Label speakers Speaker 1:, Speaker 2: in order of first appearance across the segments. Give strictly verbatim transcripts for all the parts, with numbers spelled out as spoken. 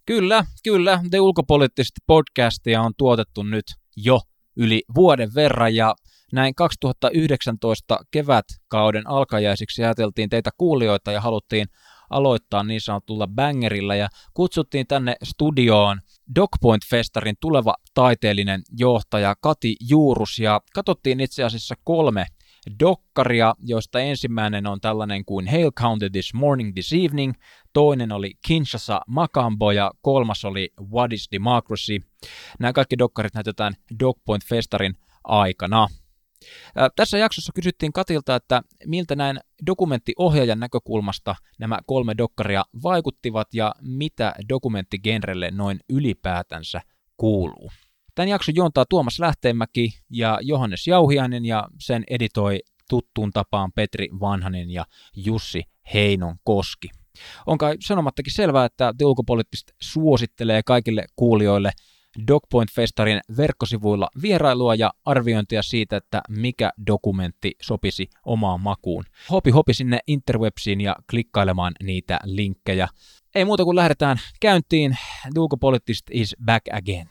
Speaker 1: Kyllä, kyllä. The Ulkopoliittisesti podcastia on tuotettu nyt jo yli vuoden verran ja näin kaksituhattayhdeksäntoista kevätkauden alkajaisiksi ajateltiin teitä kuulijoita ja haluttiin aloittaa niin sanotulla bangerilla ja kutsuttiin tänne studioon DocPoint-festarin tuleva taiteellinen johtaja Kati Juurus ja katsottiin itse asiassa kolme dokkaria, joista ensimmäinen on tällainen kuin Hail County This Morning This Evening, toinen oli Kinshasa Makambo ja kolmas oli What is Democracy. Nämä kaikki dokkarit näytetään DocPoint-festarin aikana. Ää, tässä jaksossa kysyttiin Katilta, että miltä näin dokumenttiohjaajan näkökulmasta nämä kolme dokkaria vaikuttivat ja mitä dokumenttigenrelle noin ylipäätänsä kuuluu. Tämän jakson juontaa Tuomas Lähteenmäki ja Johannes Jauhiainen ja sen editoi tuttuun tapaan Petri Vanhanen ja Jussi Heinon-Koski. On kai sanomattakin selvää, että The Ulkopoliittisesti suosittelee kaikille kuulijoille DocPoint-festarin verkkosivuilla vierailua ja arviointia siitä, että mikä dokumentti sopisi omaan makuun. Hopi hopi sinne interwebsiin ja klikkailemaan niitä linkkejä. Ei muuta kuin lähdetään käyntiin. The Ulkopoliittisesti is back again.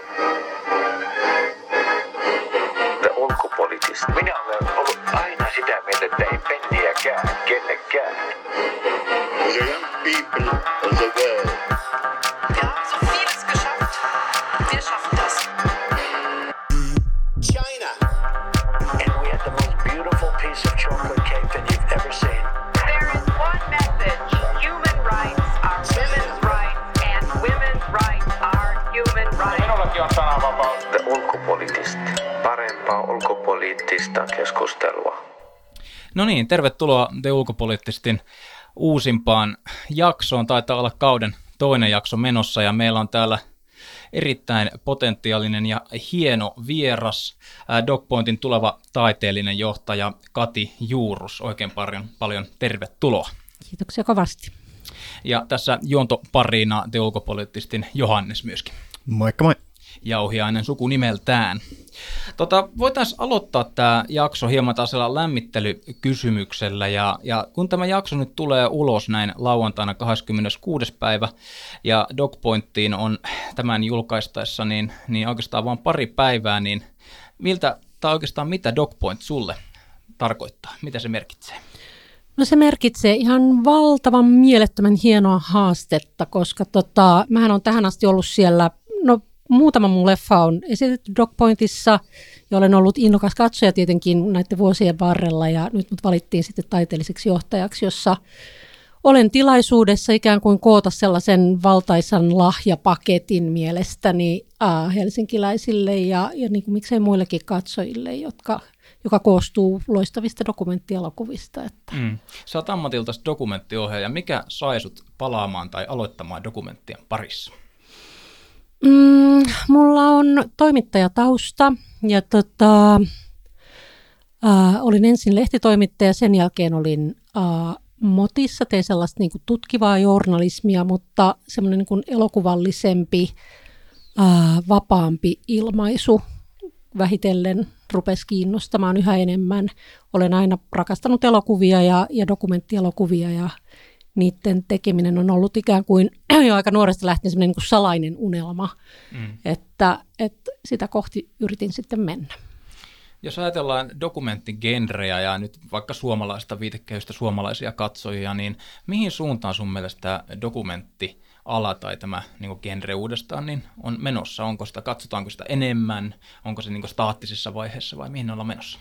Speaker 2: The Ulkopoliittisesti. Minä olen ollut aina sitä mieltä, että ei penniäkään kenellekään.
Speaker 3: The young people of the world.
Speaker 4: Wir haben so vieles geschafft. Wir schaffen das.
Speaker 3: China.
Speaker 2: And we had the most beautiful piece of chocolate cake that you've ever seen.
Speaker 4: There is one message. Human rights are women's rights and women's rights are human rights.
Speaker 5: Minullakin on sananvapaus.
Speaker 2: The Ulkopoliittisesti. Parempaa ulkopoliittista keskustelua.
Speaker 1: No niin, tervetuloa The Ulkopoliittistin uusimpaan jaksoon. Taitaa olla kauden toinen jakso menossa ja meillä on täällä erittäin potentiaalinen ja hieno vieras, DocPointin tuleva taiteellinen johtaja Kati Juurus. Oikein paljon, paljon tervetuloa.
Speaker 6: Kiitoksia kovasti.
Speaker 1: Ja tässä juontoparina The Ulkopoliittistin Johannes myöskin.
Speaker 7: Moikka moi.
Speaker 1: Jauhiainen sukunimeltään. Tota, voitaisiin aloittaa tämä jakso hieman taasella lämmittelykysymyksellä, ja, ja kun tämä jakso nyt tulee ulos näin lauantaina kahdeskymmeneskuudes päivä, ja DocPointtiin on tämän julkaistaessa niin, niin oikeastaan vain pari päivää, niin miltä, tai oikeastaan mitä DocPoint sulle tarkoittaa? Mitä se merkitsee?
Speaker 6: No se merkitsee ihan valtavan mielettömän hienoa haastetta, koska tota, mähän on tähän asti ollut siellä, no muutama mun leffa on esitetty DocPointissa ja olen ollut innokas katsoja tietenkin näiden vuosien varrella ja nyt mut valittiin sitten taiteelliseksi johtajaksi, jossa olen tilaisuudessa ikään kuin koota sellaisen valtaisan lahjapaketin mielestäni äh, helsinkiläisille ja, ja niin kuin miksei muillekin katsojille, jotka, joka koostuu loistavista dokumenttielokuvista. Että.
Speaker 1: Mm. Sä oot ammatiltasi dokumenttiohjaaja. Mikä sai sut palaamaan tai aloittamaan dokumenttien parissa?
Speaker 6: Mm, mulla on toimittajatausta ja tota, äh, olin ensin lehtitoimittaja, sen jälkeen olin äh, Motissa, tein sellaista niin kuin tutkivaa journalismia, mutta semmoinen niin kuin elokuvallisempi, äh, vapaampi ilmaisu vähitellen rupesi kiinnostamaan yhä enemmän. Olen aina rakastanut elokuvia ja, ja dokumenttielokuvia ja niiden tekeminen on ollut ikään kuin jo aika nuoresta lähtien semmoinen niin kuin salainen unelma, mm. että, että sitä kohti yritin sitten mennä.
Speaker 1: Jos ajatellaan dokumenttigenrejä ja nyt vaikka suomalaista viitekehystä suomalaisia katsojia, niin mihin suuntaan sun mielestä dokumenttiala tai tämä niin kuin genre uudestaan niin on menossa? Onko sitä, katsotaanko sitä enemmän? Onko se niin kuin staattisessa vaiheessa vai mihin ollaan menossa?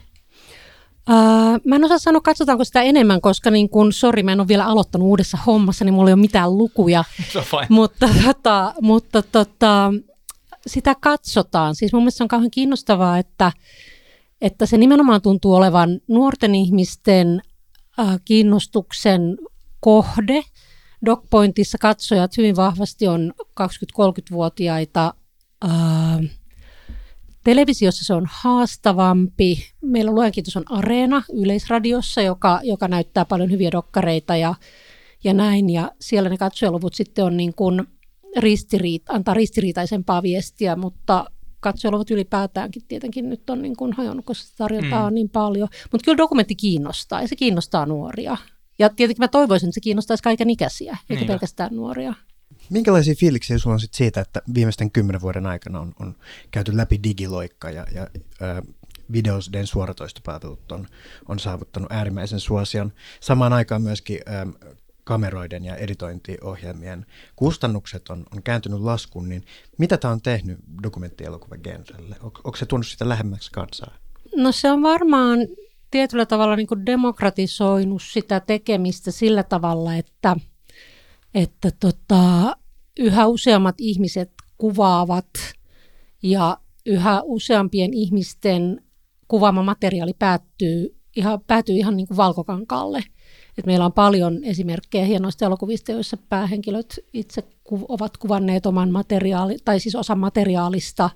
Speaker 6: Uh, mä en osaa sanoa, katsotaanko sitä enemmän, koska niin kun, sori, mä en ole vielä aloittanut uudessa hommassa, niin mulla ei ole mitään lukuja, mutta, tota, mutta tota, sitä katsotaan. Siis mun mielestä se on kauhean kiinnostavaa, että, että se nimenomaan tuntuu olevan nuorten ihmisten uh, kiinnostuksen kohde. DocPointissa katsojat hyvin vahvasti on kaksikymmentä-kolmekymmentävuotiaita. Uh, Televisiossa se on haastavampi. Meillä luojan kiitos on Areena Yleisradiossa, joka, joka näyttää paljon hyviä dokkareita ja, ja näin. Ja siellä ne katsojaluvut sitten on niin kuin ristiriita, antaa ristiriitaisempaa viestiä, mutta katsojaluvut ylipäätäänkin tietenkin nyt on niin kuin hajonnut, koska sitä tarjotaan mm. niin paljon. Mutta kyllä dokumentti kiinnostaa ja se kiinnostaa nuoria. Ja tietenkin mä toivoisin, että se kiinnostaisi kaiken ikäisiä, eikä niin pelkästään nuoria.
Speaker 5: Minkälaisia fiiliksiä sulla on sit siitä, että viimeisten kymmenen vuoden aikana on, on käyty läpi digiloikka ja, ja ää, videoiden suoratoistopalvelut on, on saavuttanut äärimmäisen suosion. Samaan aikaan myöskin ää, kameroiden ja editointiohjelmien kustannukset on, on kääntynyt laskuun, niin mitä tämä on tehnyt dokumenttielokuvagenrelle? On, onko se tuonut sitä lähemmäksi kansaa?
Speaker 6: No se on varmaan tietyllä tavalla niin kuin demokratisoinut sitä tekemistä sillä tavalla, että, että tota, yhä useammat ihmiset kuvaavat ja yhä useampien ihmisten kuvaama materiaali päättyy ihan, päätyy ihan niin kuin valkokankaalle. Et meillä on paljon esimerkkejä hienoista elokuvista, joissa päähenkilöt itse ku, ovat kuvanneet oman materiaali, tai siis osan materiaalista.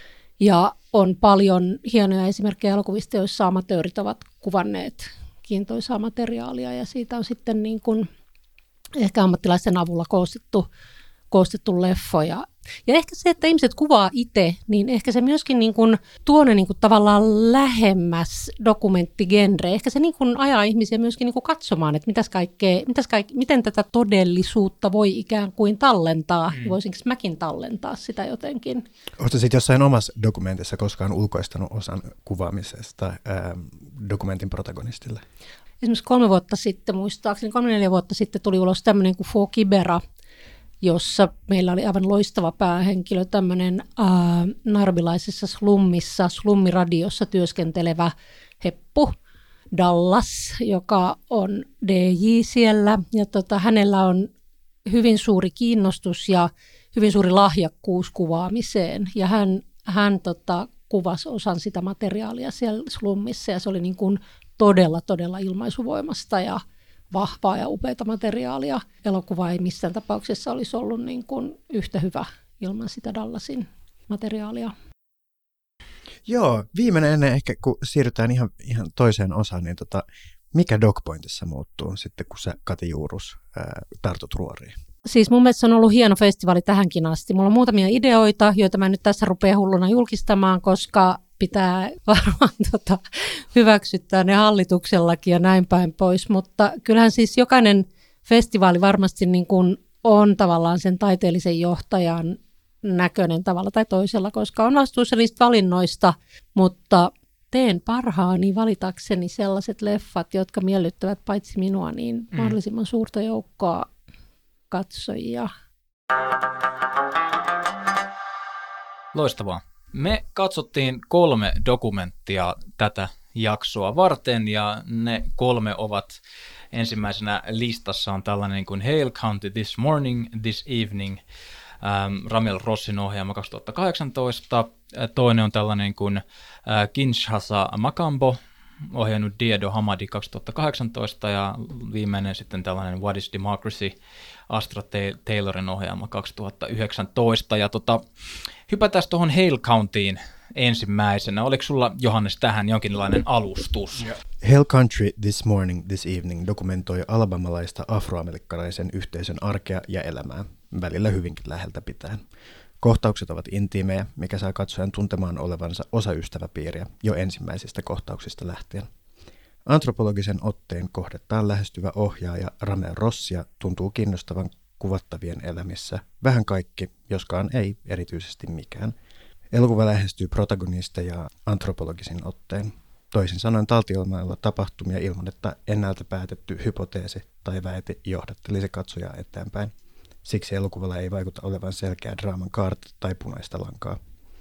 Speaker 6: Ja on paljon hienoja esimerkkejä elokuvista, joissa amatöörit ovat kuvanneet kiintoisaa materiaalia. Ja siitä on sitten niin kuin ehkä ammattilaisten avulla koostettu, koostettu leffoja. Ja ehkä se, että ihmiset kuvaa itse, niin ehkä se myöskin niin kuin tuo ne niin kuin tavallaan lähemmäs dokumenttigenre. Ehkä se niin kuin ajaa ihmisiä myöskin niin kuin katsomaan, että mitäs kaikkea, mitäs kaik, miten tätä todellisuutta voi ikään kuin tallentaa. Mm. Voisinko mäkin tallentaa sitä jotenkin?
Speaker 5: Oletko sitten jossain omassa dokumentissa koskaan ulkoistanut osan kuvaamisesta ää, dokumentin protagonistille?
Speaker 6: Esimerkiksi kolme vuotta sitten, muistaakseni kolme neljä vuotta sitten tuli ulos tämmöinen kuin Fo Kibera, jossa meillä oli aivan loistava päähenkilö, tämmöinen äh, narvilaisessa slummissa, slummiradiossa työskentelevä heppu Dallas, joka on D J siellä. Ja tota, hänellä on hyvin suuri kiinnostus ja hyvin suuri lahjakkuus kuvaamiseen. Ja hän, hän tota, kuvasi osan sitä materiaalia siellä slummissa ja se oli niin kuin todella, todella ilmaisuvoimasta ja vahvaa ja upeata materiaalia. Elokuva ei missään tapauksessa olisi ollut niin kuin yhtä hyvä ilman sitä Dallasin materiaalia.
Speaker 5: Joo, viimeinen ennen ehkä, kun siirrytään ihan, ihan toiseen osaan, niin tota, mikä DocPointissa muuttuu sitten, kun sä, Kati Juurus, ää, tartut ruoriin?
Speaker 6: Siis mun mielestä se on ollut hieno festivaali tähänkin asti. Mulla on muutamia ideoita, joita mä nyt tässä rupean hulluna julkistamaan, koska pitää varmaan tota, hyväksyttää ne hallituksellakin ja näin päin pois. Mutta kyllähän siis jokainen festivaali varmasti niin kuin on tavallaan sen taiteellisen johtajan näköinen tavalla tai toisella, koska on vastuussa niistä valinnoista, mutta teen parhaani valitakseni sellaiset leffat, jotka miellyttävät paitsi minua, niin mm. mahdollisimman suurta joukkoa katsojia.
Speaker 1: Loistavaa. Me katsottiin kolme dokumenttia tätä jaksoa varten ja ne kolme ovat ensimmäisenä listassa on tällainen kuin Hale County This Morning, This Evening, ähm, Ramel Rossin ohjaama kaksituhattakahdeksantoista. Toinen on tällainen kuin äh, Kinshasa Makambo, ohjannut Diedo Hamadi kaksituhattakahdeksantoista ja viimeinen sitten tällainen What is Democracy, Astra Taylorin ohjaama kaksituhattayhdeksäntoista. Ja tota, hypätään tuohon Hale Countyin ensimmäisenä. Oliko sulla, Johannes, tähän jonkinlainen alustus?
Speaker 5: Hale Country This Morning, This Evening dokumentoi alabamalaista afroamerikkalaisen yhteisön arkea ja elämää, välillä hyvinkin läheltä pitäen. Kohtaukset ovat intiimejä, mikä saa katsojan tuntemaan olevansa osa ystäväpiiriä jo ensimmäisistä kohtauksista lähtien. Antropologisen otteen kohdettaan lähestyvä ohjaaja Ramel Rossia tuntuu kiinnostavan kuvattavien elämissä vähän kaikki, joskaan ei erityisesti mikään. Elokuva lähestyy protagonisteja antropologisin otteen. Toisin sanoen taltioimalla tapahtumia ilman, että ennalta päätetty hypoteesi tai väite johdattelisi katsojaa eteenpäin. Siksi elokuvalla ei vaikuta olevan selkeää draaman kaarta tai punaista lankaa.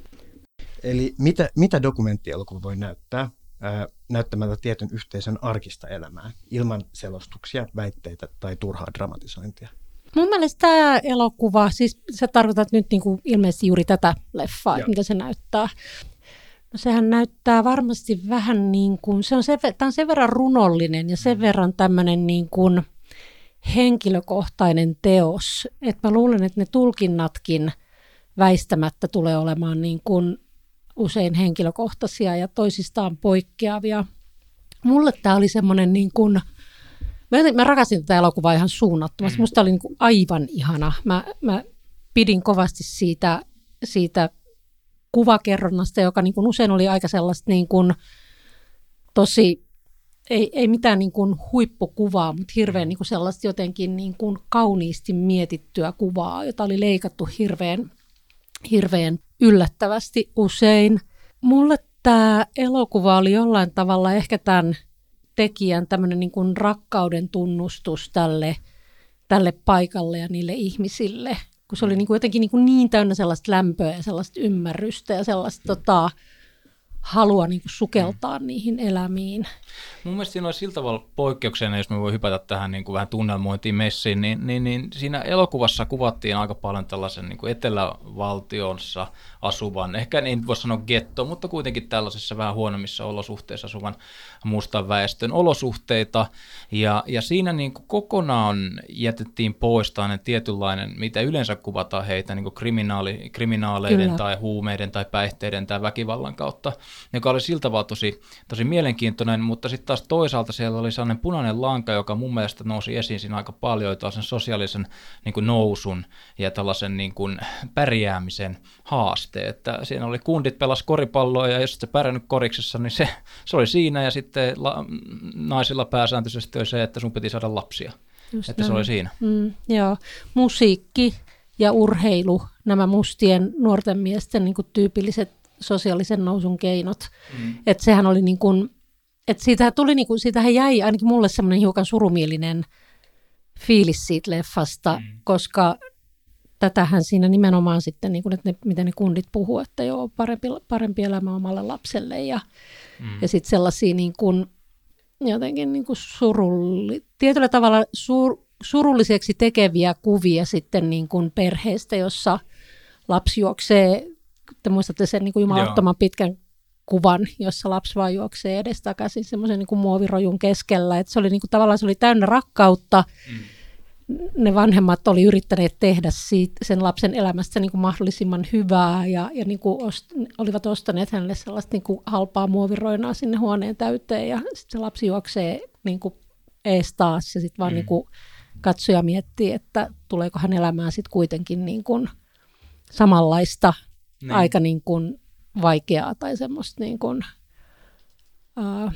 Speaker 5: Eli mitä, mitä dokumenttielokuva voi näyttää? Ää, näyttämällä tietyn yhteisön arkista elämää, ilman selostuksia, väitteitä tai turhaa dramatisointia.
Speaker 6: Mun mielestä tämä elokuva, siis sä tarkoitat nyt niin kuin ilmeisesti juuri tätä leffaa, että mitä se näyttää. No sehän näyttää varmasti vähän niin kuin, se on sen, tämä on sen verran runollinen ja sen verran tämmöinen niin kuin henkilökohtainen teos, että mä luulen, että ne tulkinnatkin väistämättä tulee olemaan niin kuin usein henkilökohtaisia ja toisistaan poikkeavia. Mulle tämä oli semmoinen niin kuin, mä, mä rakastin tätä elokuvaa ihan suunnattomasti, mm. musta oli niin kuin aivan ihana. Mä, mä pidin kovasti siitä, siitä kuvakerronnasta, joka niin kuin usein oli aika sellaista niin kuin tosi ei, ei mitään niin kuin huippukuvaa, mutta hirveän niin kuin sellaista jotenkin niin kuin kauniisti mietittyä kuvaa, jota oli leikattu hirveän, hirveän yllättävästi usein. Mulle tämä elokuva oli jollain tavalla ehkä tämän tekijän tämmöinen niin kuin rakkauden tunnustus tälle, tälle paikalle ja niille ihmisille, kun se oli niin kuin jotenkin niin, kuin niin täynnä sellaista lämpöä ja sellaista ymmärrystä ja sellaista tota, halua niin kuin sukeltaa mm. niihin elämiin.
Speaker 1: Mun mielestä siinä oli sillä tavalla poikkeuksena, jos me voi hypätä tähän niin kuin vähän tunnelmointiin messiin, niin, niin, niin siinä elokuvassa kuvattiin aika paljon tällaisen niin kuin etelävaltionsa asuvan, ehkä niin voisi sanoa getto, mutta kuitenkin tällaisissa vähän huonommissa olosuhteissa asuvan mustan väestön olosuhteita. Ja, ja siinä niin kuin kokonaan jätettiin pois tällainen tietynlainen, mitä yleensä kuvataan heitä niin kuin kriminaali, kriminaaleiden Kyllä. tai huumeiden tai päihteiden tai väkivallan kautta, joka oli sillä tavalla tosi, tosi mielenkiintoinen, mutta sitten taas toisaalta siellä oli sellainen punainen lanka, joka mun mielestä nousi esiin siinä aika paljon, tällaisen sosiaalisen niin kuin nousun ja tällaisen niin kuin pärjäämisen haaste, että siinä oli kundit pelas koripalloa ja jos et sä pärjännyt koriksessa, niin se, se oli siinä ja sitten la, naisilla pääsääntöisesti oli se, että sun piti saada lapsia, Just että näin. Se oli siinä.
Speaker 6: Mm, joo, musiikki ja urheilu, nämä mustien nuorten miesten niin kuin tyypilliset sosiaalisen nousun keinot, mm. että sehän oli niin kuin että siitä tuli niinku, siitähän jäi ainakin mulle semmoinen hiukan surumielinen fiilis siitä leffasta, mm. koska tätähän siinä nimenomaan sitten, niinku, että ne, miten ne kundit puhuu, että joo, parempi, parempi elämä omalle lapselle ja, mm. ja sitten sellaisia niinku, jotenkin niinku surulli, tietyllä tavalla sur, surulliseksi tekeviä kuvia sitten niinku perheestä, jossa lapsi juoksee, te muistatte sen niinku jumalattoman pitkän kuvan, jossa lapsi vaan juoksee edestakaisin semmoisen niin kuin muovirojun keskellä. Että se oli niin kuin, tavallaan se oli täynnä rakkautta. Mm. Ne vanhemmat oli yrittäneet tehdä siitä, sen lapsen elämästä niin kuin mahdollisimman hyvää ja, ja niin kuin ost, olivat ostaneet hänelle sellaista niin kuin halpaa muoviroinaa sinne huoneen täyteen. Ja sitten se lapsi juoksee niin kuin ees taas ja sitten vaan mm. niin kuin katsoja miettii, että tuleeko hän elämään sitten kuitenkin niin kuin samanlaista niin. aika niin kuin vaikeaa tai semmoista niin kuin, ää,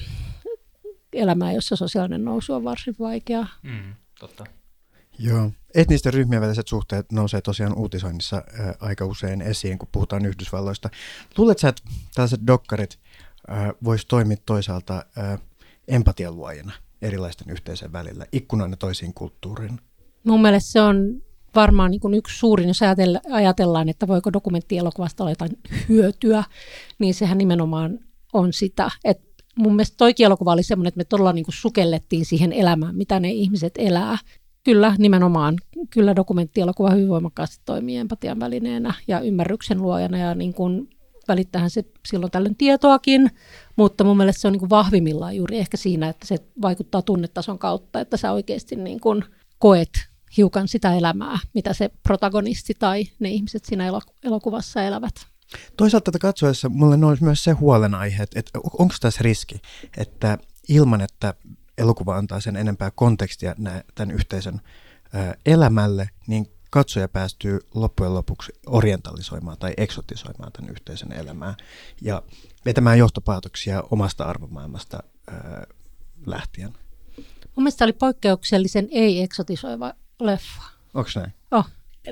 Speaker 6: elämää, jossa sosiaalinen nousu on varsin vaikeaa.
Speaker 1: Mm, totta.
Speaker 5: Joo. Etnisten ryhmien väliset suhteet nousee tosiaan uutisoinnissa ää, aika usein esiin, kun puhutaan Yhdysvalloista. Luuletko sä, että tällaiset dokkarit voisi toimia toisaalta ää, empatian luojana erilaisten yhteisöjen välillä, ikkunoina toisiin kulttuuriin?
Speaker 6: Mun mielestä se on varmaan niin kuin yksi suurin, jos ajatellaan, että voiko dokumenttielokuvasta olla jotain hyötyä, niin sehän nimenomaan on sitä. Et mun mielestä toikin elokuva oli semmoinen, että me todella niin kuin sukellettiin siihen elämään, mitä ne ihmiset elää. Kyllä, nimenomaan. Kyllä dokumenttielokuva hyvin voimakkaasti toimii empatian välineenä ja ymmärryksen luojana ja niin kuin välittäähän se silloin tällöin tietoakin, mutta mun mielestä se on niin kuin vahvimmillaan juuri ehkä siinä, että se vaikuttaa tunnetason kautta, että sä oikeasti niin kuin koet hiukan sitä elämää, mitä se protagonisti tai ne ihmiset siinä elokuvassa elävät.
Speaker 5: Toisaalta tätä katsoessa mulle nousi myös se huolenaihe, että onko tässä riski, että ilman, että elokuva antaa sen enempää kontekstia tämän yhteisön elämälle, niin katsoja päästyy loppujen lopuksi orientalisoimaan tai eksotisoimaan tämän yhteisön elämää ja vetämään johtopäätöksiä omasta arvomaailmasta ää, lähtien.
Speaker 6: Mun mielestä oli poikkeuksellisen ei-eksotisoiva leffa.
Speaker 5: Onko näin?
Speaker 6: Oh.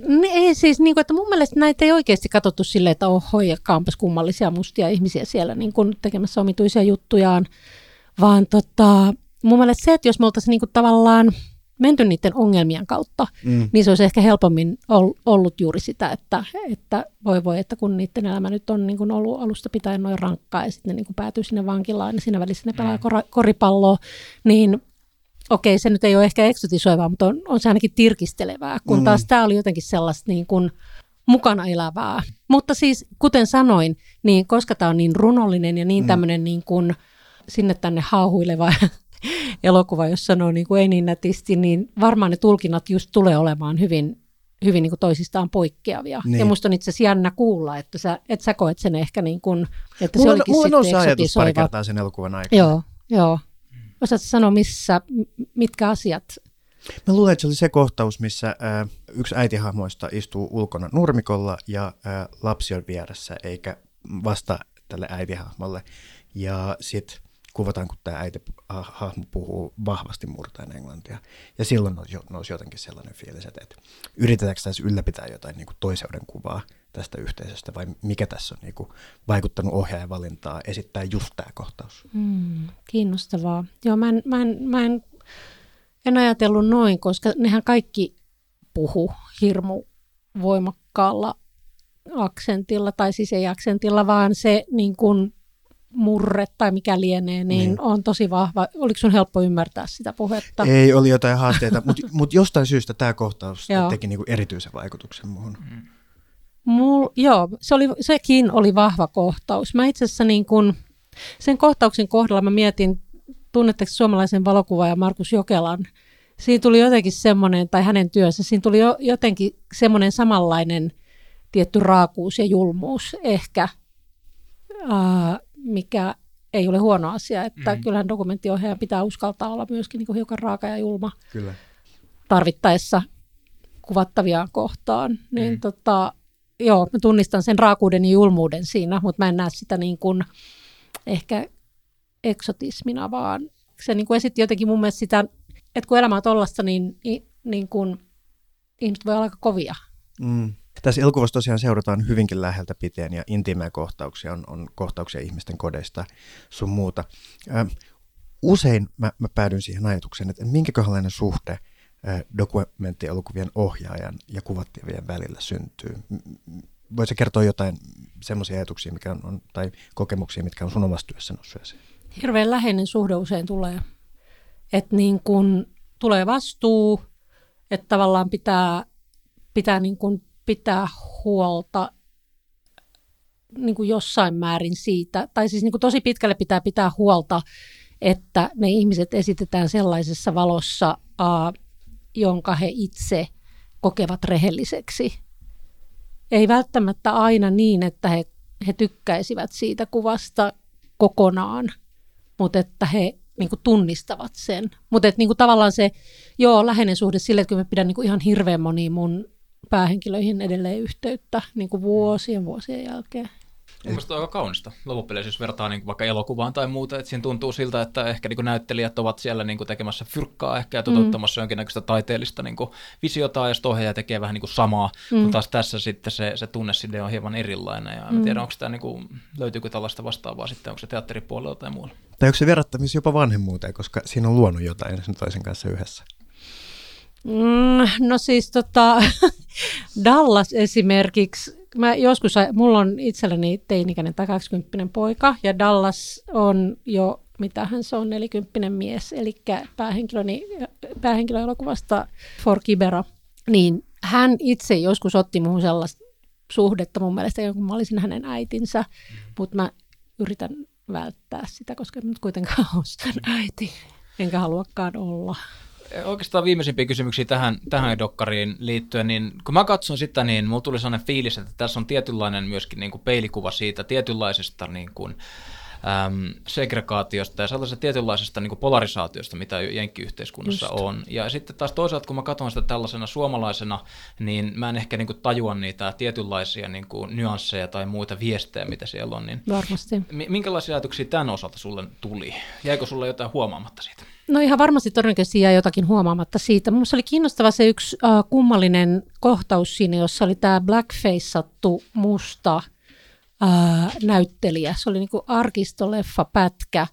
Speaker 6: Ei siis, niin kuin, että mun mielestä näitä ei oikeasti katsottu silleen, että oho, ja kaampas kummallisia mustia ihmisiä siellä niin kuin tekemässä omituisia juttujaan, vaan tota, mun mielestä se, että jos me oltaisiin niin kuin tavallaan menty niiden ongelmien kautta, mm. niin se olisi ehkä helpommin ollut juuri sitä, että, että voi voi, että kun niiden elämä nyt on niin kuin ollut alusta pitäen noin rankkaa ja sitten ne niin kuin päätyy sinne vankilaan ja siinä välissä ne pelaa mm. koripalloa, niin okei, se nyt ei ole ehkä eksotisoivaa, mutta on, on se ainakin tirkistelevää, kun mm. taas tämä oli jotenkin sellaista niin kuin mukana elävää. Mutta siis, kuten sanoin, niin koska tämä on niin runollinen ja niin mm. tämmöinen niin kuin sinne tänne hauhuileva elokuva, jos sanoo niin kuin ei niin nätisti, niin varmaan ne tulkinnat just tulee olemaan hyvin, hyvin niin kuin toisistaan poikkeavia. Niin. Ja musta on itse asiassa jännä kuulla, että sä, et sä koet sen ehkä niin kuin, että mulla, se olikin
Speaker 5: mulla
Speaker 6: sitten
Speaker 5: eksotisoiva. Mulla on ajatus pari kertaa sen elokuvan aikana.
Speaker 6: Joo, joo. Osaatko sanoa, missä, mitkä asiat?
Speaker 5: Mä luulen, että se oli se kohtaus, missä äh, yksi äitihahmoista istuu ulkona nurmikolla ja äh, lapsi on vieressä, eikä vasta tälle äitihahmolle. Ja sitten kuvataan, kun tämä äiti hahmo puhuu vahvasti murtaen englantia. Ja silloin nousi jotenkin sellainen fiilis, että, että yritetäänkö tässä ylläpitää jotain niin kuin toiseuden kuvaa tästä yhteisöstä, vai mikä tässä on niin kuin vaikuttanut ohjaajan valintaa esittää just tämä kohtaus?
Speaker 6: Mm, kiinnostavaa. Joo, mä en, mä en, mä en, en ajatellut noin, koska nehän kaikki puhu hirmu voimakkaalla aksentilla, tai siis ei aksentilla, vaan se niin kuin murre tai mikä lienee, niin, niin on tosi vahva. Oliko sun helppo ymmärtää sitä puhetta?
Speaker 5: Ei, oli jotain haasteita, mutta mut jostain syystä tämä kohtaus teki niinku erityisen vaikutuksen muuhun. Mm.
Speaker 6: Mul, joo, se oli, sekin oli vahva kohtaus. Mä itse asiassa niin kun, sen kohtauksen kohdalla mä mietin, tunnetteko suomalaisen valokuvaajan Markus Jokelan? Siinä tuli jotenkin semmoinen, tai hänen työnsä, siinä tuli jo, jotenkin semmoinen samanlainen tietty raakuus ja julmuus ehkä, ää, mikä ei ole huono asia, että mm-hmm. kyllähän dokumenttiohjaajan pitää uskaltaa olla myöskin niin kuin hiukan raaka ja julma
Speaker 5: Kyllä.
Speaker 6: tarvittaessa kuvattaviaan kohtaan. Niin mm. tota, joo, mä tunnistan sen raakuuden ja julmuuden siinä, mutta mä en näe sitä niin kuin ehkä eksotismina, vaan se niin kuin esitti jotenkin mun mielestä sitä, että kun elämä on tollasta, niin, niin kuin ihmiset voi olla aika kovia.
Speaker 5: Mm. Tässä elokuvassa tosiaan seurataan hyvinkin läheltä piteen ja intiimejä kohtauksia, on, on kohtauksia ihmisten kodeista sun muuta. Ö, usein mä, mä päädyn siihen ajatukseen, että minkäköhänlainen suhde ö, dokumenttielokuvien ohjaajan ja kuvattavien välillä syntyy. Voitko kertoa jotain semmoisia ajatuksia mikä on, on, tai kokemuksia, mitkä on sun omassa työssä noussut esiin?
Speaker 6: Hirveän läheinen suhde usein tulee. Että niin kun tulee vastuu, että tavallaan pitää, pitää niin kun pitää huolta niin kuin jossain määrin siitä, tai siis niin kuin tosi pitkälle pitää pitää huolta, että ne ihmiset esitetään sellaisessa valossa, uh, jonka he itse kokevat rehelliseksi. Ei välttämättä aina niin, että he, he tykkäisivät siitä kuvasta kokonaan, mutta että he niin kuin tunnistavat sen. Mutta niin kuin tavallaan se, joo, läheinen suhde sille, että mä pidän niin kuin ihan hirveän moniin mun päähenkilöihin edelleen yhteyttä niin kuin vuosien vuosien jälkeen.
Speaker 1: Mielestäni on aika kaunista. Loppupeleissä, jos vertaa niin vaikka elokuvaan tai muuta, että siinä tuntuu siltä, että ehkä niin näyttelijät ovat siellä niin tekemässä fyrkkaa ehkä ja toteuttamassa mm. jonkinnäköistä taiteellista niin visiota, ja sitten ohjaaja tekee vähän niin samaa, mm. mutta taas tässä sitten se, se tunneside on hieman erilainen. Ja mm. en tiedä, onko tämä, niin kuin, löytyykö tällaista vastaavaa sitten, onko se teatteripuolella tai muualla. Tai
Speaker 5: onko se verrattamis jopa vanhemmuuteen, koska siinä on luonut jotain sen toisen kanssa yhdessä?
Speaker 6: Mm, no siis tota, Dallas esimerkiksi, mä joskus, mulla on itselläni teinikäinen tai kaksikymppinen poika, ja Dallas on jo, mitähän se on, nelikymppinen mies, eli päähenkilöni, päähenkilöelokuvasta For Kibera, niin hän itse joskus otti muuhun sellaista suhdetta mun mielestä, kun mä olisin hänen äitinsä, mm. mutta mä yritän välttää sitä, koska en nyt kuitenkaan ole sen äiti, enkä haluakaan olla.
Speaker 1: Oikeastaan viimeisimpiä kysymyksiä tähän, tähän dokkariin liittyen, niin kun mä katson sitä, niin mulla tuli sellainen fiilis, että tässä on tietynlainen myöskin niin kuin peilikuva siitä tietynlaisesta niin kuin, äm, segregaatiosta ja sellaisesta tietynlaisesta niin kuin polarisaatiosta, mitä jenkkiyhteiskunnassa Just. on. Ja sitten taas toisaalta, kun mä katson sitä tällaisena suomalaisena, niin mä en ehkä niin kuin tajua niitä tietynlaisia niin kuin nyansseja tai muita viestejä, mitä siellä on. Niin
Speaker 6: Varmasti.
Speaker 1: Minkälaisia ajatuksia tämän osalta sulle tuli? Jäikö sulle jotain huomaamatta siitä?
Speaker 6: No ihan varmasti todennäköisesti jää jotakin huomaamatta siitä. Minusta oli kiinnostava se yksi uh, kummallinen kohtaus siinä, jossa oli tämä blackface-sattu musta uh, näyttelijä. Se oli niin kuin arkistoleffa pätkä.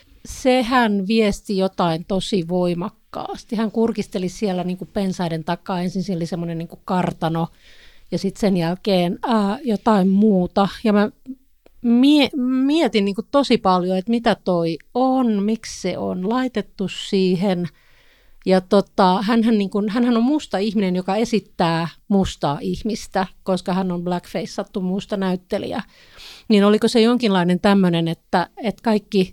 Speaker 6: Sehän viesti jotain tosi voimakkaasti. Hän kurkisteli siellä niin kuin pensaiden takaa. Ensin siinä oli semmoinen niin kuin kartano ja sitten sen jälkeen uh, jotain muuta. Ja mä Mie- mietin niin kuin tosi paljon, että mitä toi on, miksi se on laitettu siihen. Ja tota, hänhän, niin kuin, hänhän on musta ihminen, joka esittää mustaa ihmistä, koska hän on blackface-sattu musta näyttelijä. Niin oliko se jonkinlainen tämmöinen, että, että kaikki,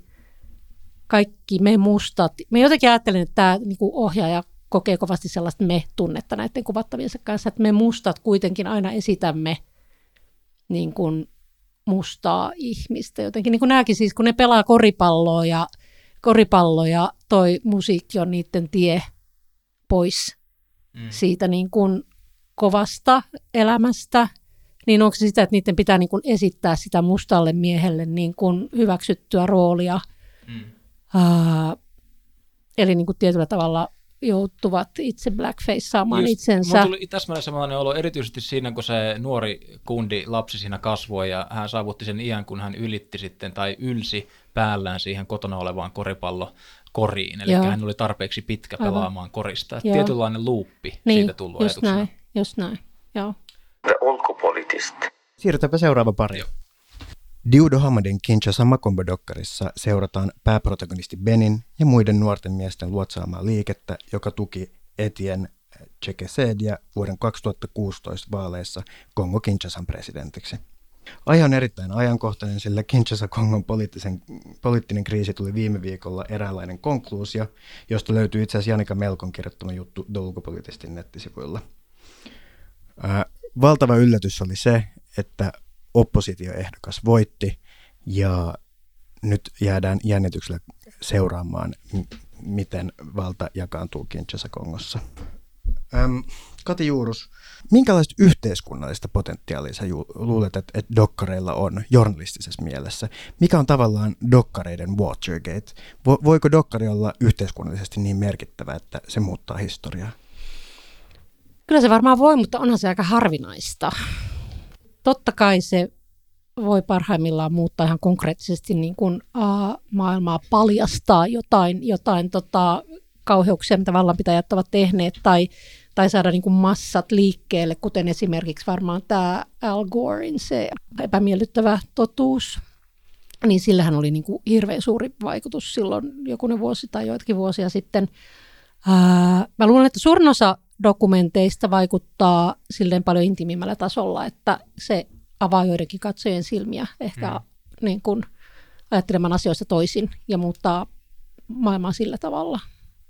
Speaker 6: kaikki me mustat, mä jotenkin ajattelin, että tämä niin kuin ohjaaja kokee kovasti sellaista me-tunnetta näiden kuvattaviensa kanssa, että me mustat kuitenkin aina esitämme niin kuin mustaa ihmistä. Jotenkin niin kuin nämäkin siis, kun ne pelaa koripalloa ja, koripalloa ja toi musiikki on niiden tie pois mm. siitä niin kuin kovasta elämästä, niin onko se sitä, että niiden pitää niin kuin esittää sitä mustalle miehelle niin kuin hyväksyttyä roolia, mm. Uh, eli niin kuin tietyllä tavalla joutuvat itse blackfaceaamaan
Speaker 1: Just,
Speaker 6: itsensä.
Speaker 1: Mulla tuli täsmälleen samanlainen olo, erityisesti siinä, kun se nuori kundi lapsi siinä kasvoi ja hän saavutti sen iän, kun hän ylitti sitten tai ylsi päällään siihen kotona olevaan koripallokoriin. Eli hän oli tarpeeksi pitkä pelaamaan Aivan. korista. Että tietynlainen luuppi
Speaker 6: niin,
Speaker 1: siitä tullut
Speaker 6: just
Speaker 1: ajatuksena.
Speaker 6: Näin, just näin, joo.
Speaker 2: The ulkopoliittist.
Speaker 5: Siirrytäänpä seuraava pari. Diudo Hamadin Kinshasa Makombo-dokkarissa seurataan pääprotagonisti Benin ja muiden nuorten miesten luotsaamaa liikettä, joka tuki Etienne Tshisekediä vuoden kaksituhattakuusitoista vaaleissa Kongo-Kinshasan presidentiksi. Aihe on erittäin ajankohtainen, sillä Kinshasa-Kongon poliittinen kriisi tuli viime viikolla eräänlainen konkluusio, josta löytyy itse asiassa Janika Melkon kirjoittama juttu The Ulkopolitistin nettisivuilla. Ää, valtava yllätys oli se, että oppositioehdokas voitti ja nyt jäädään jännityksellä seuraamaan, m- miten valta jakaantuu Kinshasa-Kongossa. Äm, Kati Juurus, minkälaista yhteiskunnallista potentiaalia sä ju- luulet, että, että dokkareilla on journalistisessa mielessä? Mikä on tavallaan dokkareiden Watergate? Vo- voiko dokkari olla yhteiskunnallisesti niin merkittävä, että se muuttaa historiaa?
Speaker 6: Kyllä se varmaan voi, mutta onhan se aika harvinaista. Totta kai se voi parhaimmillaan muuttaa ihan konkreettisesti niin kuin, uh, maailmaa, paljastaa jotain, jotain tota, kauheuksia, mitä vallanpitäjät ovat tehneet, tai, tai saada niin kuin massat liikkeelle, kuten esimerkiksi varmaan tämä Al Gorein se epämiellyttävä totuus. Niin sillähän oli niin kuin hirveän suuri vaikutus silloin jokunen vuosi tai joitakin vuosia sitten. Uh, mä luulen, että suurin osa dokumenteista vaikuttaa silleen paljon intiimimmällä tasolla, että se avaa joidenkin katsojien silmiä ehkä mm. niin kuin ajattelemaan asioista toisin ja muuttaa maailmaa sillä tavalla.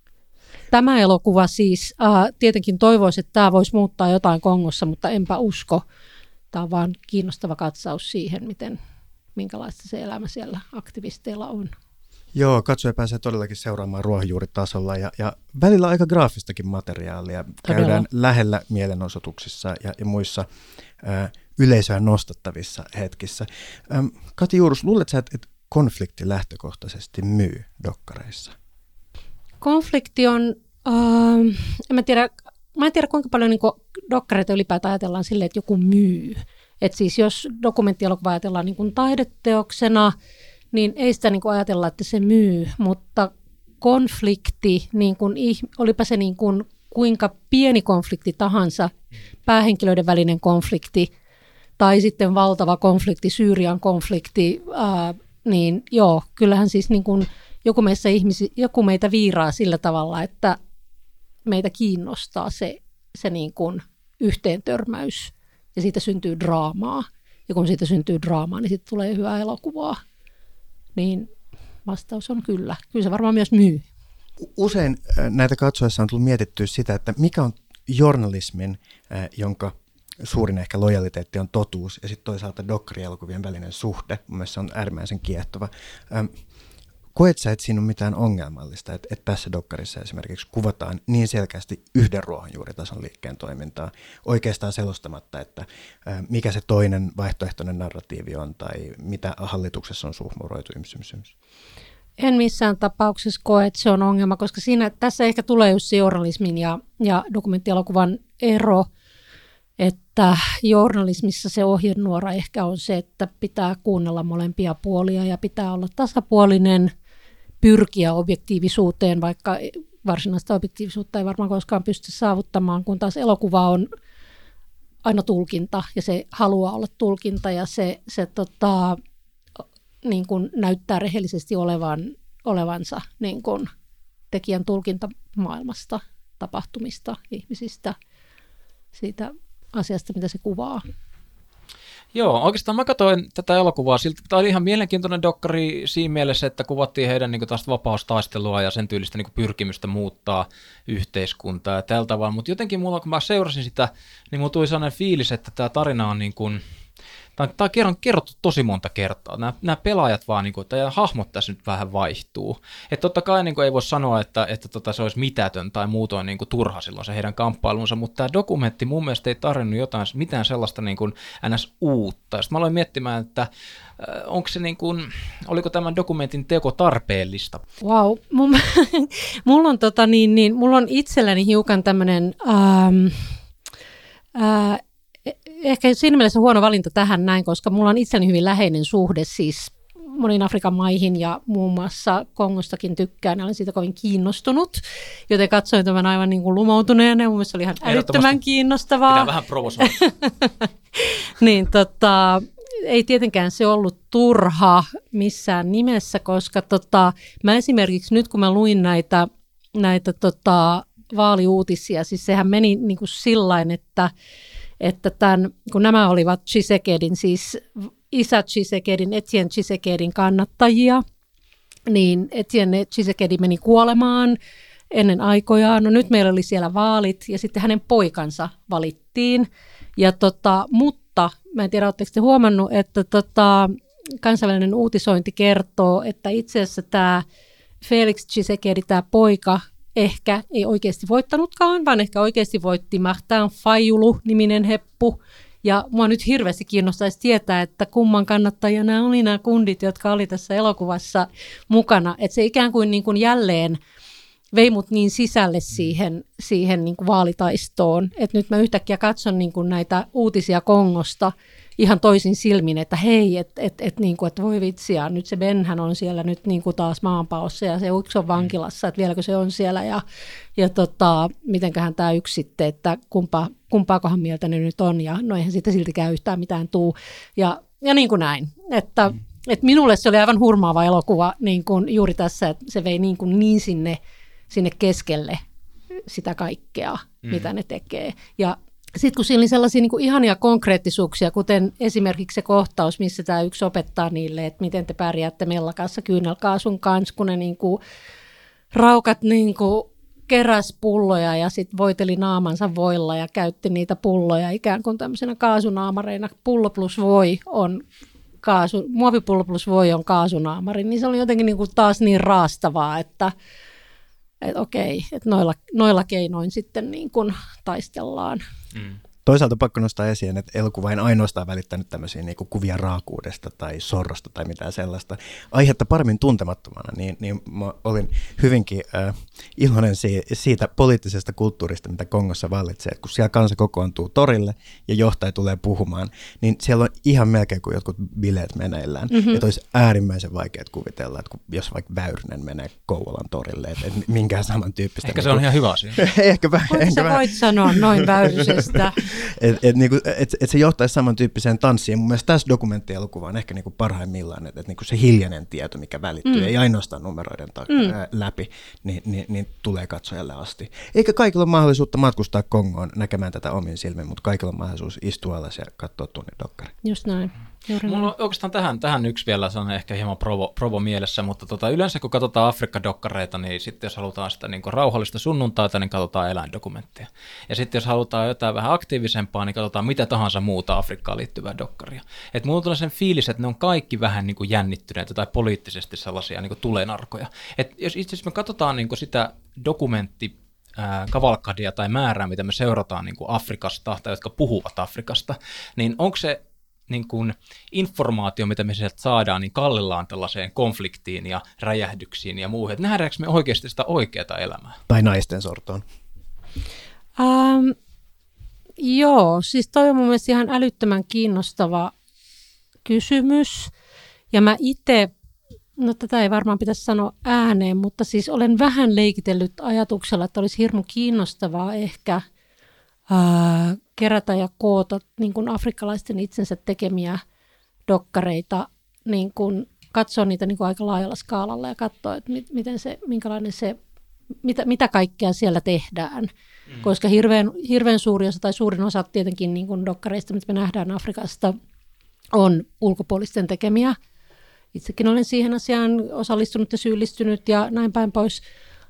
Speaker 6: Tämä elokuva siis, äh, tietenkin toivoisi, että tämä voisi muuttaa jotain Kongossa, mutta enpä usko. Tämä on vaan kiinnostava katsaus siihen, miten, minkälaista se elämä siellä aktivisteilla on.
Speaker 5: Joo, katsoja pääsee todellakin seuraamaan ruohonjuuritasolla ja, ja välillä aika graafistakin materiaalia. Todella. Käydään lähellä mielenosoituksissa ja, ja muissa ä, yleisöä nostattavissa hetkissä. Äm, Kati Juurus, luuletko sä, että, että konflikti lähtökohtaisesti myy dokkareissa? Konflikti
Speaker 6: on, äh, en mä tiedä, mä en tiedä kuinka paljon niin kuin dokkareita ylipäätään ajatellaan silleen, että joku myy. Että siis jos dokumenttielokuva ajatellaan niin kuin taideteoksena, niin ei sitä niin kuin ajatella, että se myy, mutta konflikti, niin kuin, olipa se niin kuin, kuinka pieni konflikti tahansa, päähenkilöiden välinen konflikti tai sitten valtava konflikti, Syyrian konflikti, ää, niin joo, kyllähän siis niin kuin joku, meissä ihmisi, joku meitä viiraa sillä tavalla, että meitä kiinnostaa se, se niin kuin yhteentörmäys ja siitä syntyy draamaa. Ja kun siitä syntyy draamaa, niin sitten tulee hyvää elokuvaa. Niin vastaus on kyllä. Kyllä se varmaan myös myy.
Speaker 5: Usein näitä katsoessa on tullut mietittyä sitä, että mikä on journalismin, jonka suurin ehkä lojaliteetti on totuus, ja sitten toisaalta dokkarielokuvien välinen suhde. Mun mielestä se on äärimmäisen kiehtova. Koet sä, että siinä on mitään ongelmallista, että, että tässä dokkarissa esimerkiksi kuvataan niin selkeästi yhden ruohonjuuritason liikkeen toimintaa, oikeastaan selostamatta, että mikä se toinen vaihtoehtoinen narratiivi on tai mitä hallituksessa on suhmuroitu ymsymsymys?
Speaker 6: En missään tapauksessa koe, että se on ongelma, koska siinä, tässä ehkä tulee just se journalismin ja, ja dokumenttielokuvan ero, että journalismissa se ohjenuora ehkä on se, että pitää kuunnella molempia puolia ja pitää olla tasapuolinen, pyrkiä objektiivisuuteen, vaikka varsinaista objektiivisuutta ei varmaan koskaan pysty saavuttamaan, kun taas elokuva on aina tulkinta ja se haluaa olla tulkinta ja se, se tota, niin kuin näyttää rehellisesti olevan, olevansa niin kuin tekijän tulkinta maailmasta, tapahtumista, ihmisistä, siitä asiasta, mitä se kuvaa.
Speaker 1: Joo, oikeastaan mä katsoin tätä elokuvaa. Tämä oli ihan mielenkiintoinen dokkari siinä mielessä, että kuvattiin heidän niin kuin, tästä vapaustaistelua ja sen tyylistä niin kuin, pyrkimystä muuttaa yhteiskuntaa ja tältä tavalla. Mutta jotenkin mulla, kun mä seurasin sitä, niin mulla tuli sellainen fiilis, että tämä tarina on niin kuin, Tämä on kerrottu tosi monta kertaa. Nämä, nämä pelaajat vaan, niin kuin, että hahmot tässä nyt vähän vaihtuu. Että totta kai niin kuin, ei voi sanoa, että, että tota, se olisi mitätön tai muutoin niin kuin, turha silloin se heidän kamppailunsa, mutta tämä dokumentti mun mielestä ei tarjonnut jotain, mitään sellaista niin kuin ns. Uutta. Sitten mä aloin miettimään, että äh, onko se niin kuin, oliko tämän dokumentin teko tarpeellista?
Speaker 6: Wow, mulla on, tota, niin, niin, mulla on itselläni hiukan tämmöinen... Ähm, äh, Ehkä siinä mielessä huono valinta tähän näin, koska mulla on itseni hyvin läheinen suhde siis moniin Afrikan maihin ja muun muassa Kongostakin tykkään ja olen siitä kovin kiinnostunut, joten katsoin tämän aivan niin kuin lumoutuneena ja mun mielestä oli ihan älyttömän kiinnostavaa.
Speaker 1: Pitää vähän provosoida.
Speaker 6: niin tota, ei tietenkään se ollut turha missään nimessä, koska tota, mä esimerkiksi nyt kun mä luin näitä, näitä tota, vaaliuutisia, siis sehän meni niin kuin sillain, että että tämän, kun nämä olivat Tshisekedin, siis isä Tshisekedin, Etienne Tshisekedin kannattajia, niin Etienne Tshisekedi meni kuolemaan ennen aikojaan. No nyt meillä oli siellä vaalit ja sitten hänen poikansa valittiin. Ja tota, mutta mä en tiedä, oletteko te huomannut, että tota, kansainvälinen uutisointi kertoo, että itse asiassa tämä Felix Tshisekedi, tämä poika, ehkä ei oikeasti voittanutkaan, vaan ehkä oikeasti voitti Martin Fayulu-niminen heppu. Ja mua nyt hirveästi kiinnostaisi tietää, että kumman kannattajana oli nämä kundit, jotka oli tässä elokuvassa mukana. Että se ikään kuin, niin kuin jälleen vei mut niin sisälle siihen, siihen niin kuin vaalitaistoon. Että nyt mä yhtäkkiä katson niin kuin näitä uutisia Kongosta ihan toisin silmin, että hei, että et, et, niin kuin, et voi vitsiä, nyt se Benhän on siellä nyt niin kuin taas maanpaossa ja se yksi on vankilassa, että vieläkö se on siellä ja, ja tota, mitenköhän tämä yksi sitten, että kumpa, kumpaakohan mieltä ne nyt on ja no eihän siitä siltikään yhtään mitään tuu ja, ja niin kuin näin, että mm. et minulle se oli aivan hurmaava elokuva niin kuin juuri tässä, että se vei niin, kuin niin sinne, sinne keskelle sitä kaikkea, mm. mitä ne tekee ja sitten kun siinä oli sellaisia niin kuin ihania konkreettisuuksia, kuten esimerkiksi se kohtaus, missä tämä yksi opettaa niille, että miten te pärjäätte mellakassa kyynelkaasun kanssa, kun ne niin kuin raukat niin kuin keräs pulloja ja sitten voiteli naamansa voilla ja käytti niitä pulloja ikään kuin tämmöisenä kaasunaamareina. Pullo plus voi on kaasu, muovipullo plus voi on kaasunaamari, niin se oli jotenkin niin kuin taas niin raastavaa, että että okei, että noilla, noilla keinoin sitten niin kuin taistellaan. Mm.
Speaker 5: Toisaalta pakko nostaa esiin, että elokuva ei ainoastaan välittänyt tämmöisiä niin kuin kuvia raakuudesta tai sorrosta tai mitään sellaista. Aihetta paremmin tuntemattomana, niin, niin mä olin hyvinkin äh, iloinen si- siitä poliittisesta kulttuurista, mitä Kongossa vallitsee. Et kun siellä kansa kokoontuu torille ja johtaja tulee puhumaan, niin siellä on ihan melkein kuin jotkut bileet meneillään. Mm-hmm. Että olisi äärimmäisen vaikea kuvitella, että kun, jos vaikka Väyrynen menee Kouvolan torille, että et minkään samantyyppistä.
Speaker 1: Ehkä se on ihan hyvä asia.
Speaker 5: ehkä vähän.
Speaker 6: Kuinka sä voit sanoa noin Väyrysestä?
Speaker 5: Että et, niinku, et, et se johtaisi samantyyppiseen tanssiin. Mun mielestä tässä dokumenttielokuva on ehkä niinku parhaimmillaan, että et niinku se hiljainen tieto, mikä välittyy, mm. ei ainoastaan numeroiden ta- mm. ää, läpi, niin, niin, niin tulee katsojalle asti. Eikä kaikilla ole mahdollisuutta matkustaa Kongoon näkemään tätä omin silmin, mutta kaikilla on mahdollisuus istua alas ja katsoa tunnin dokkari.
Speaker 6: Just näin.
Speaker 1: Mulla on oikeastaan tähän, tähän yksi vielä, se on ehkä hieman provo, provo mielessä, mutta tota, yleensä kun katsotaan Afrikka-dokkareita, niin sitten jos halutaan sitä niin kuin rauhallista sunnuntaita, niin katsotaan eläindokumentteja. Ja sitten jos halutaan jotain vähän aktiivisempaa, niin katsotaan mitä tahansa muuta Afrikkaan liittyvää dokkaria. Et mulla tulee sen fiilis, että ne on kaikki vähän niin kuin jännittyneitä tai poliittisesti sellaisia niin kuin tulenarkoja. Et jos itse asiassa me katsotaan niin kuin sitä dokumentti, kavalkadia tai määrää, mitä me seurataan niin kuin Afrikasta tai jotka puhuvat Afrikasta, niin onko se niin kuin informaatio, mitä me sieltä saadaan, niin kallellaan tällaiseen konfliktiin ja räjähdyksiin ja muuhun. Että nähdäänkö me oikeasti sitä oikeaa elämää?
Speaker 5: Tai naisten sortoon.
Speaker 6: Um, joo, siis toi on mun mielestä ihan älyttömän kiinnostava kysymys. Ja mä itse, no tätä ei varmaan pitäisi sanoa ääneen, mutta siis olen vähän leikitellyt ajatuksella, että olisi hirmu kiinnostavaa ehkä ää, kerätä ja koota niin kuin afrikkalaisten itsensä tekemiä dokkareita, niin kuin katsoa niitä niin kuin aika laajalla skaalalla ja katsoa, että miten se, minkälainen se, mitä, mitä kaikkea siellä tehdään. Mm. Koska hirveän, hirveän suuri osa tai suurin osa tietenkin niin kuin dokkareista, mitä me nähdään Afrikasta, on ulkopuolisten tekemiä. Itsekin olen siihen asiaan osallistunut ja syyllistynyt ja näin päin pois,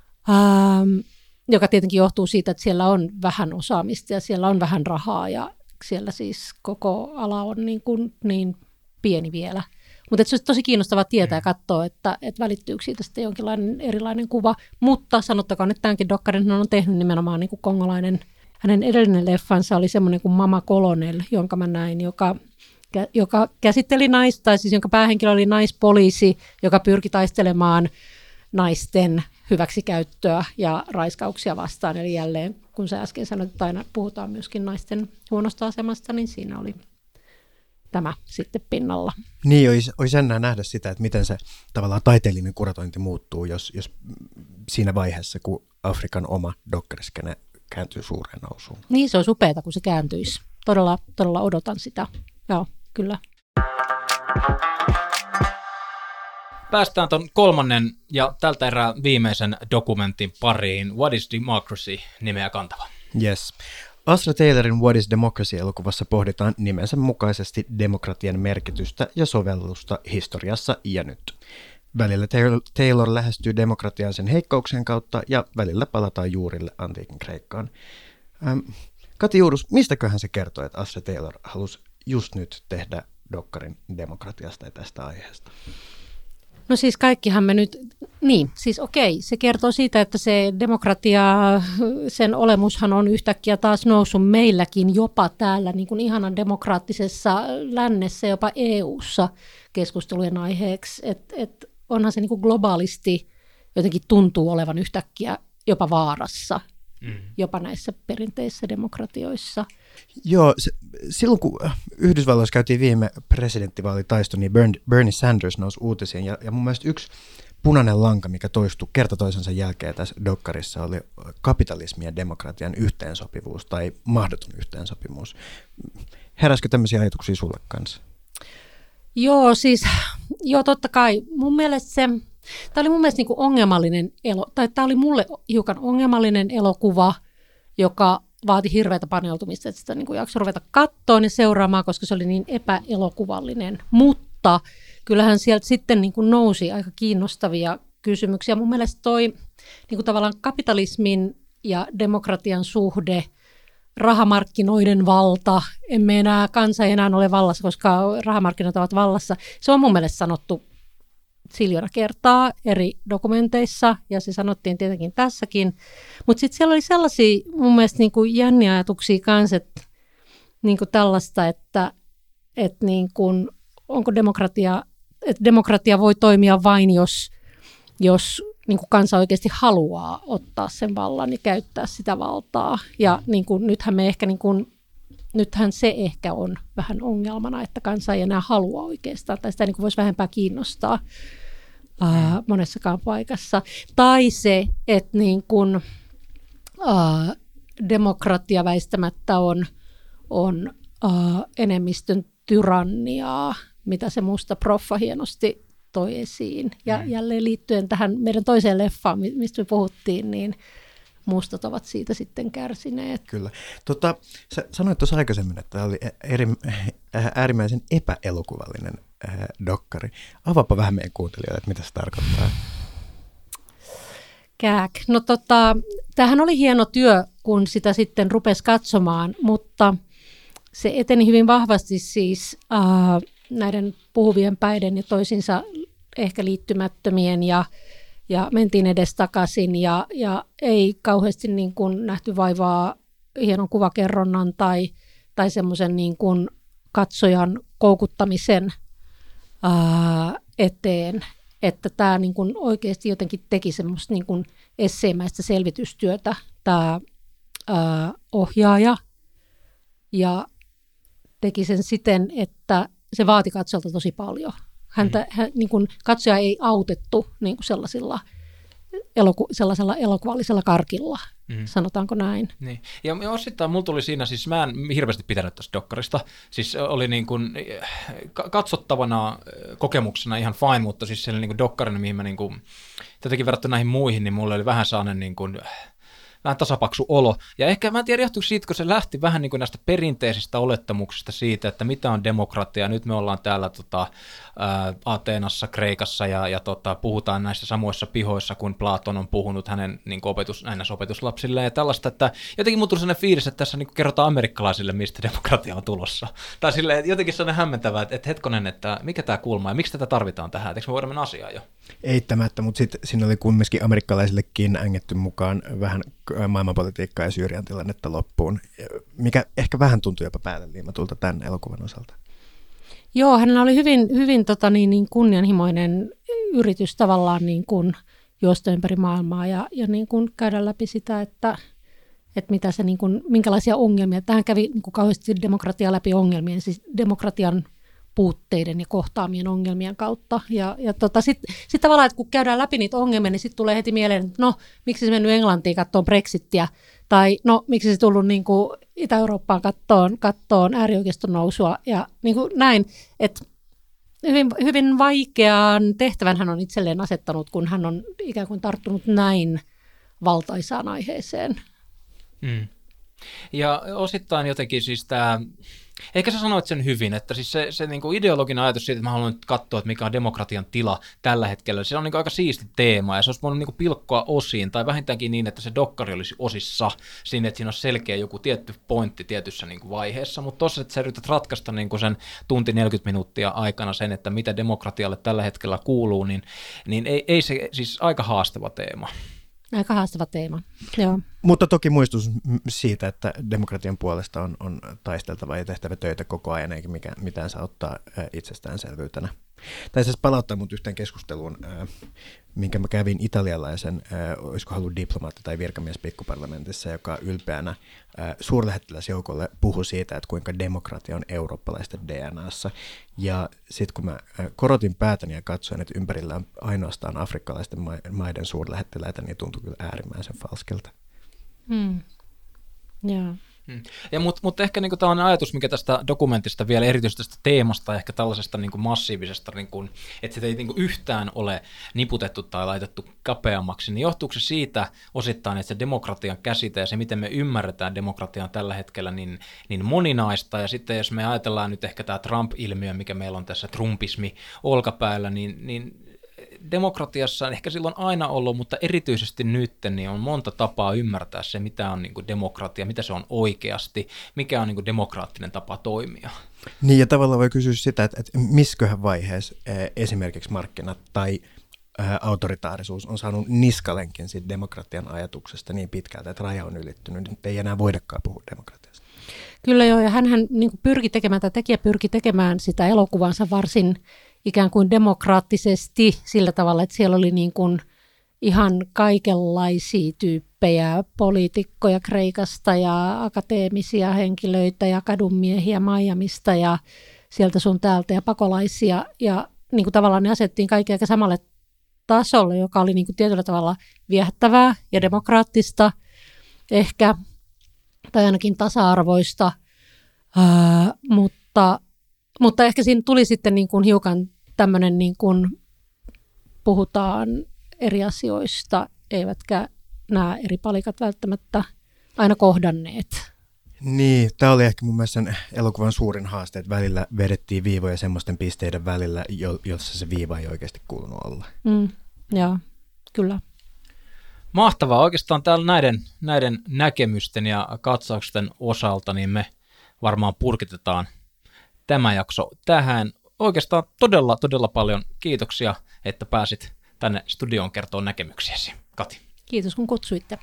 Speaker 6: ähm, joka tietenkin johtuu siitä, että siellä on vähän osaamista ja siellä on vähän rahaa ja siellä siis koko ala on niin, kuin, niin pieni vielä. Mutta se olisi tosi kiinnostavaa tietää ja katsoa, että, että välittyykö siitä sitten jonkinlainen erilainen kuva. Mutta sanottakoon, että tämänkin dokkarin hän on tehnyt nimenomaan niin kuin kongolainen. Hänen edellinen leffansa oli semmoinen kuin Mama Colonel, jonka mä näin, joka, joka käsitteli naista, tai siis jonka päähenkilö oli naispoliisi, joka pyrki taistelemaan naisten hyväksikäyttöä ja raiskauksia vastaan. Eli jälleen, kun sä äsken sanoit, että aina puhutaan myöskin naisten huonosta asemasta, niin siinä oli tämä sitten pinnalla.
Speaker 5: Niin, olisi, olisi jännää nähdä sitä, että miten se tavallaan taiteellinen kuratointi muuttuu, jos, jos siinä vaiheessa, kun Afrikan oma dokkariskene kääntyy suureen nousuun.
Speaker 6: Niin, se olisi upeata, kun se kääntyisi. Todella, todella odotan sitä. Joo, kyllä.
Speaker 1: Päästään tuon kolmannen ja tältä erää viimeisen dokumentin pariin. What is Democracy? Nimeä kantava.
Speaker 5: Yes. Asra Taylorin What is Democracy-elokuvassa pohditaan nimensä mukaisesti demokratian merkitystä ja sovellusta historiassa ja nyt. Välillä Taylor lähestyy demokratian sen heikkouksien kautta ja välillä palataan juurille antiikin Kreikkaan. Ähm, Kati Juurus, mistäköhän se kertoo, että Asra Taylor halusi just nyt tehdä dokkarin demokratiasta ja tästä aiheesta?
Speaker 6: No siis kaikkihan me nyt, niin siis okei, se kertoo siitä, että se demokratia, sen olemushan on yhtäkkiä taas noussut meilläkin jopa täällä niin kuin ihanan demokraattisessa lännessä, jopa E U:ssa keskustelujen aiheeksi, että et onhan se niin kuin globaalisti jotenkin tuntuu olevan yhtäkkiä jopa vaarassa, mm. jopa näissä perinteisissä demokratioissa.
Speaker 5: Joo, se, silloin kun Yhdysvalloissa käytiin viime presidenttivaalitaisto, niin Bernie Sanders nousi uutisiin, ja, ja mun mielestä yksi punainen lanka, mikä toistui kerta toisensa jälkeen tässä dokkarissa, oli kapitalismin ja demokratian yhteensopivuus tai mahdoton yhteensopivuus. Heräskö tämmöisiä ajatuksia sulle kanssa?
Speaker 6: Joo, siis joo, totta kai. Mun mielestä se, tämä oli mun mielestä niin kuin ongelmallinen elo, tai tämä oli mulle hiukan ongelmallinen elokuva, joka vaati hirveätä paneutumista, että sitä niin kuin jaksoi ruveta katsoa ja seuraamaan, koska se oli niin epäelokuvallinen. Mutta kyllähän sieltä sitten niin kuin nousi aika kiinnostavia kysymyksiä. Mun mielestä toi niin kuin tavallaan kapitalismin ja demokratian suhde, rahamarkkinoiden valta, emme enää, kansa ei enää ole vallassa, koska rahamarkkinat ovat vallassa. Se on mun mielestä sanottu siljona kertaa eri dokumenteissa, ja se sanottiin tietenkin tässäkin. Mutta sitten siellä oli sellaisia mun mielestä niin kuin jänniä ajatuksia kanssa, että niin kuin tällaista, että, että niin kuin, onko demokratia, että demokratia voi toimia vain, jos, jos niin kuin kansa oikeasti haluaa ottaa sen vallan ja käyttää sitä valtaa. Ja niin kuin, nythän me ehkä niin kuin, nythän se ehkä on vähän ongelmana, että kansa ei enää halua oikeastaan, tai sitä niin kuin voisi vähempää kiinnostaa ää, monessakaan paikassa. Tai se, että niin kuin, ää, demokratia väistämättä on, on ää, enemmistön tyranniaa, mitä se musta proffa hienosti toi esiin. Ja jälleen liittyen tähän meidän toiseen leffaan, mistä me puhuttiin, niin mustat ovat siitä sitten kärsineet.
Speaker 5: Kyllä. Tota, sä sanoit tuossa aikaisemmin, että tämä oli eri, äärimmäisen epäelokuvallinen äh, dokkari. Avaapa vähän meidän kuuntelijoille, että mitä se tarkoittaa.
Speaker 6: Kääk. No tota, tämähän oli hieno työ, kun sitä sitten rupesi katsomaan, mutta se eteni hyvin vahvasti siis äh, näiden puhuvien päiden ja toisinsa ehkä liittymättömien ja Ja mentiin edes takaisin ja, ja ei kauheasti niin kuin nähty vaivaa hienon kuvakerronnan tai, tai semmoisen niin kuin katsojan koukuttamisen ää, eteen. Että tämä niin kuin oikeasti jotenkin teki semmoista niin kuin esseemäistä selvitystyötä tämä ää, ohjaaja ja teki sen siten, että se vaati katsojalta tosi paljon. Häntä, mm. hän, niin kuin, katsoja ei autettu niin kuin sellaisilla eloku, sellaisella elokuvallisella karkilla, mm. sanotaanko näin.
Speaker 1: Niin. Ja osittain mulla tuli siinä, siis mä en hirveästi pitänyt tästä dokkarista, siis oli niin kuin katsottavana kokemuksena ihan fine, mutta siis siellä niin kuin dokkarina, mihin mä niin kuin, jotenkin verrattuna näihin muihin, niin mulla oli vähän sellainen niin kuin, vähän tasapaksu olo. Ja ehkä mä en tiedä, johtuuko siitä, kun se lähti vähän niin kuin näistä perinteisistä olettamuksista siitä, että mitä on demokratia. Nyt me ollaan täällä tota, ää, Ateenassa, Kreikassa ja, ja tota, puhutaan näissä samoissa pihoissa, kun Platon on puhunut hänen niin kuin opetus, opetuslapsilleen ja tällaista. Että jotenkin muuttuu sellainen fiilis, että tässä niin kuin kerrotaan amerikkalaisille, mistä demokratia on tulossa. Tai silleen, jotenkin sellainen hämmentävää, että, että hetkonen, että mikä tämä kulma ja miksi tätä tarvitaan tähän? Eikö me voida mennä asiaan jo?
Speaker 5: Eittämättä, mutta sitten siinä oli kumminkin amerikkalaisillekin ängetty mukaan vähän maailmanpolitiikkaa ja Syyrian tilannetta loppuun, mikä ehkä vähän tuntui jopa päälle liimatulta tämän elokuvan osalta.
Speaker 6: Joo, hänellä oli hyvin, hyvin tota, niin, niin kunnianhimoinen yritys tavallaan niin kuin juosta ympäri maailmaa ja, ja niin kuin käydä läpi sitä, että, että mitä se, niin kuin, minkälaisia ongelmia. Tähän kävi niin kuin kauheasti demokratia läpi ongelmien, siis demokratian puutteiden ja kohtaamien ongelmien kautta. Ja, ja tota, sitten sit tavallaan, että kun käydään läpi niitä ongelmia, niin sitten tulee heti mieleen, että no, miksi se mennyt Englantiin kattoon Brexittiä, tai no, miksi se tullut niin kuin Itä-Eurooppaan kattoon, kattoon äärioikeiston nousua, ja niin kuin näin, että hyvin, hyvin vaikean tehtävän hän on itselleen asettanut, kun hän on ikään kuin tarttunut näin valtaisaan aiheeseen.
Speaker 1: Mm. Ja osittain jotenkin siis tämä, ehkä sä sanoit sen hyvin, että siis se, se niin kuin ideologinen ajatus siitä, että mä haluan nyt katsoa, että mikä on demokratian tila tällä hetkellä, se on niin kuin aika siisti teema ja se olisi voinut niin kuin pilkkoa osiin tai vähintäänkin niin, että se dokkari olisi osissa siinä, että siinä olisi selkeä joku tietty pointti tietyssä niin kuin vaiheessa, mutta tossa, että sä yrität ratkaista niin kuin sen tunti neljäkymmentä minuuttia aikana sen, että mitä demokratialle tällä hetkellä kuuluu, niin, niin ei, ei se siis aika haastava teema.
Speaker 6: Aika haastava teema, joo.
Speaker 5: Mutta toki muistutus siitä, että demokratian puolesta on, on taisteltava ja tehtävä töitä koko ajan, eikä mikä, mitään saa ottaa itsestäänselvyytenä. Tai siis palauttaa mut yhteen keskusteluun, äh, minkä mä kävin italialaisen, äh, olisiko halua diplomaatti tai virkamies pikkuparlamentissa, joka ylpeänä äh, suurlähettiläsjoukolle puhui siitä, että kuinka demokratia on eurooppalaisten D N A:ssa. Ja sitten kun mä äh, korotin päätäni ja katsoin, että ympärillä on ainoastaan afrikkalaisten ma- maiden suurlähettiläitä, niin tuntui kyllä äärimmäisen falskilta.
Speaker 6: Hmm. Joo.
Speaker 1: Ja mutta mut ehkä niinku tällainen ajatus, mikä tästä dokumentista vielä erityisesti tästä teemasta, ehkä tällaisesta niinku massiivisesta, niinku, että sitä ei niinku yhtään ole niputettu tai laitettu kapeammaksi, niin johtuuko se siitä osittain, että se demokratian käsite ja se, miten me ymmärretään demokratiaa tällä hetkellä, niin, niin moninaista, ja sitten jos me ajatellaan nyt ehkä tämä Trump-ilmiö, mikä meillä on tässä trumpismi olkapäällä, niin, niin demokratiassa on ehkä silloin aina ollut, mutta erityisesti nyt niin on monta tapaa ymmärtää se, mitä on niin kuin demokratia, mitä se on oikeasti, mikä on niin kuin demokraattinen tapa toimia.
Speaker 5: Niin, ja tavallaan voi kysyä sitä, että, että misköhän vaiheessa esimerkiksi markkinat tai autoritaarisuus on saanut niskalenkin siitä demokratian ajatuksesta niin pitkältä, että raja on ylittynyt, nyt ei enää voidakaan puhua demokratiasta.
Speaker 6: Kyllä joo, ja hänhän niin kuin pyrki tekemään, tai tekijä pyrki tekemään sitä elokuvansa varsin ikään kuin demokraattisesti sillä tavalla, että siellä oli niin kuin ihan kaikenlaisia tyyppejä, poliitikkoja Kreikasta ja akateemisia henkilöitä ja kadunmiehiä Miamista ja sieltä sun täältä ja pakolaisia. Ja niin kuin tavallaan ne asettiin kaikki aika samalle tasolle, joka oli niin kuin tietyllä tavalla viehättävää ja demokraattista ehkä, tai ainakin tasa-arvoista, ää, mutta Mutta ehkä siinä tuli sitten niin kuin hiukan tämmöinen, niin kuin puhutaan eri asioista, eivätkä nämä eri palikat välttämättä aina kohdanneet.
Speaker 5: Niin, tämä oli ehkä mun mielestä sen elokuvan suurin haaste, että välillä vedettiin viivoja semmoisten pisteiden välillä, jo- jossa se viiva ei oikeasti kuulunut olla.
Speaker 6: Mm, joo, kyllä.
Speaker 1: Mahtavaa. Oikeastaan täällä näiden, näiden näkemysten ja katsausten osalta niin me varmaan purkitetaan tämä jakso tähän. Oikeastaan todella, todella paljon kiitoksia, että pääsit tänne studioon kertomaan näkemyksiäsi. Kati.
Speaker 6: Kiitos, kun kutsuitte.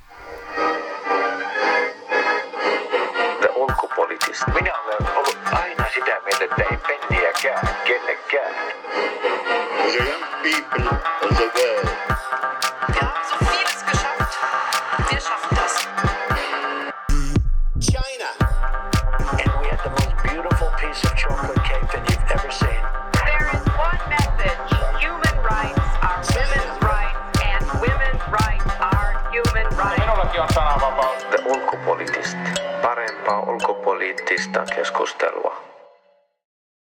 Speaker 2: The ulkopoliittista. Minä olen ollut aina sitä mieltä, että ei penniäkään kellekään.
Speaker 3: The young people of the world.
Speaker 4: Wir haben so vieles geschafft. Wir schaffen das.
Speaker 2: China. And we had the most beautiful piece of chocolate cake that you've ever seen.
Speaker 4: There is one message. Human rights are women's rights, and women's rights are human rights.
Speaker 2: The ulkopoliittista. Parempaa ulkopoliittista keskustelua.